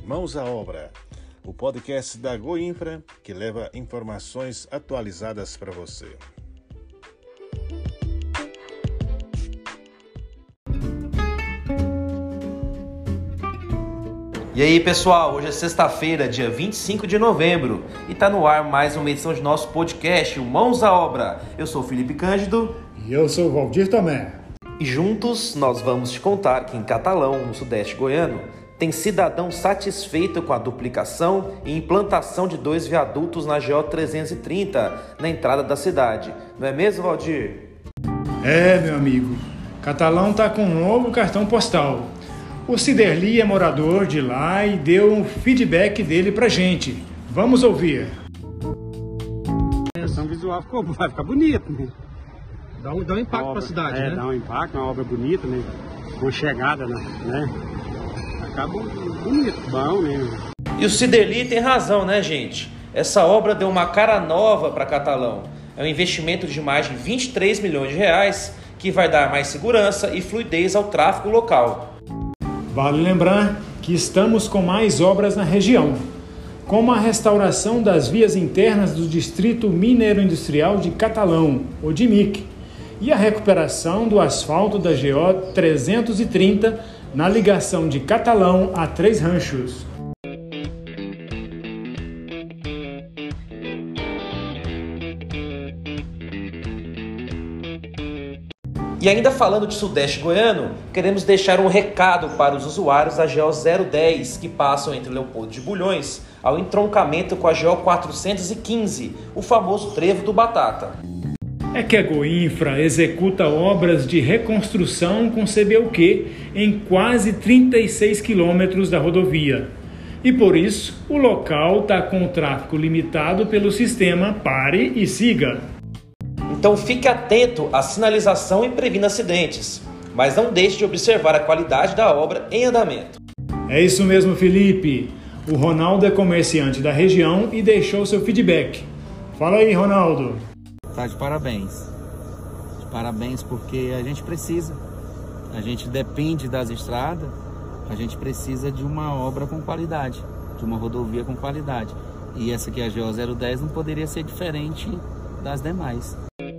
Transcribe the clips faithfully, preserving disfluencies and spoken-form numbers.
Mãos à Obra, o podcast da Goinfra que leva informações atualizadas para você. E aí pessoal, hoje é sexta-feira, dia vinte e cinco de novembro, e tá no ar mais uma edição de nosso podcast, o Mãos à Obra. Eu sou o Felipe Cândido. E eu sou o Valdir Tomé. E juntos nós vamos te contar que em Catalão, no sudeste goiano, tem cidadão satisfeito com a duplicação e implantação de dois viadutos na G O trezentos e trinta, na entrada da cidade. Não é mesmo, Valdir? É, meu amigo. Catalão tá com um novo cartão postal. O Ciderli é morador de lá e deu um feedback dele pra gente. Vamos ouvir. A questão visual ficou, vai ficar bonito, né? Dá um, dá um impacto obra, pra cidade, é, né? dá um impacto, uma obra bonita, né? Uma chegada, né? Acaba bonito, bom, né? E o Ciderli tem razão, né, gente? Essa obra deu uma cara nova para Catalão. É um investimento de mais de vinte e três milhões de reais que vai dar mais segurança e fluidez ao tráfego local. Vale lembrar que estamos com mais obras na região, como a restauração das vias internas do Distrito Mineiro Industrial de Catalão, o D M I C, e a recuperação do asfalto da G O trezentos e trinta na ligação de Catalão a Três Ranchos. E ainda falando de Sudeste Goiano, queremos deixar um recado para os usuários da G O zero dez que passam entre Leopoldo de Bulhões ao entroncamento com a G O quatrocentos e quinze, o famoso Trevo do Batata. É que a Goinfra executa obras de reconstrução com C B U Q em quase trinta e seis quilômetros da rodovia. E por isso, o local está com o tráfego limitado pelo sistema Pare e Siga. Então fique atento à sinalização e previna acidentes, mas não deixe de observar a qualidade da obra em andamento. É isso mesmo, Felipe. O Ronaldo é comerciante da região e deixou seu feedback. Fala aí, Ronaldo. Tá de parabéns. De parabéns porque a gente precisa. A gente depende das estradas, a gente precisa de uma obra com qualidade, de uma rodovia com qualidade. E essa aqui, a G O zero dez, não poderia ser diferente das demais.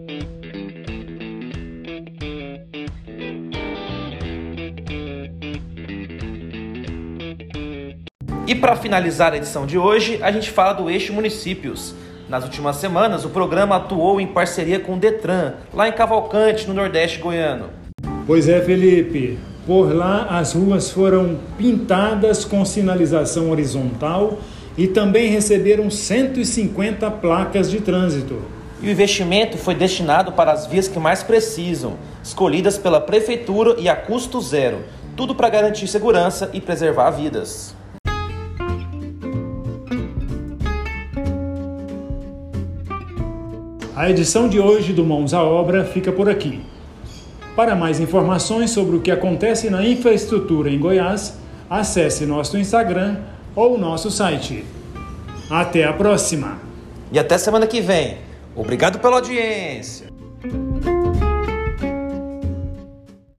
E para finalizar a edição de hoje, a gente fala do Eixo Municípios. Nas últimas semanas, o programa atuou em parceria com o Detran, lá em Cavalcante, no Nordeste goiano. Pois é, Felipe. Por lá, as ruas foram pintadas com sinalização horizontal e também receberam cento e cinquenta placas de trânsito. E o investimento foi destinado para as vias que mais precisam, escolhidas pela Prefeitura e a custo zero. Tudo para garantir segurança e preservar vidas. A edição de hoje do Mãos à Obra fica por aqui. Para mais informações sobre o que acontece na infraestrutura em Goiás, acesse nosso Instagram ou nosso site. Até a próxima! E até semana que vem. Obrigado pela audiência!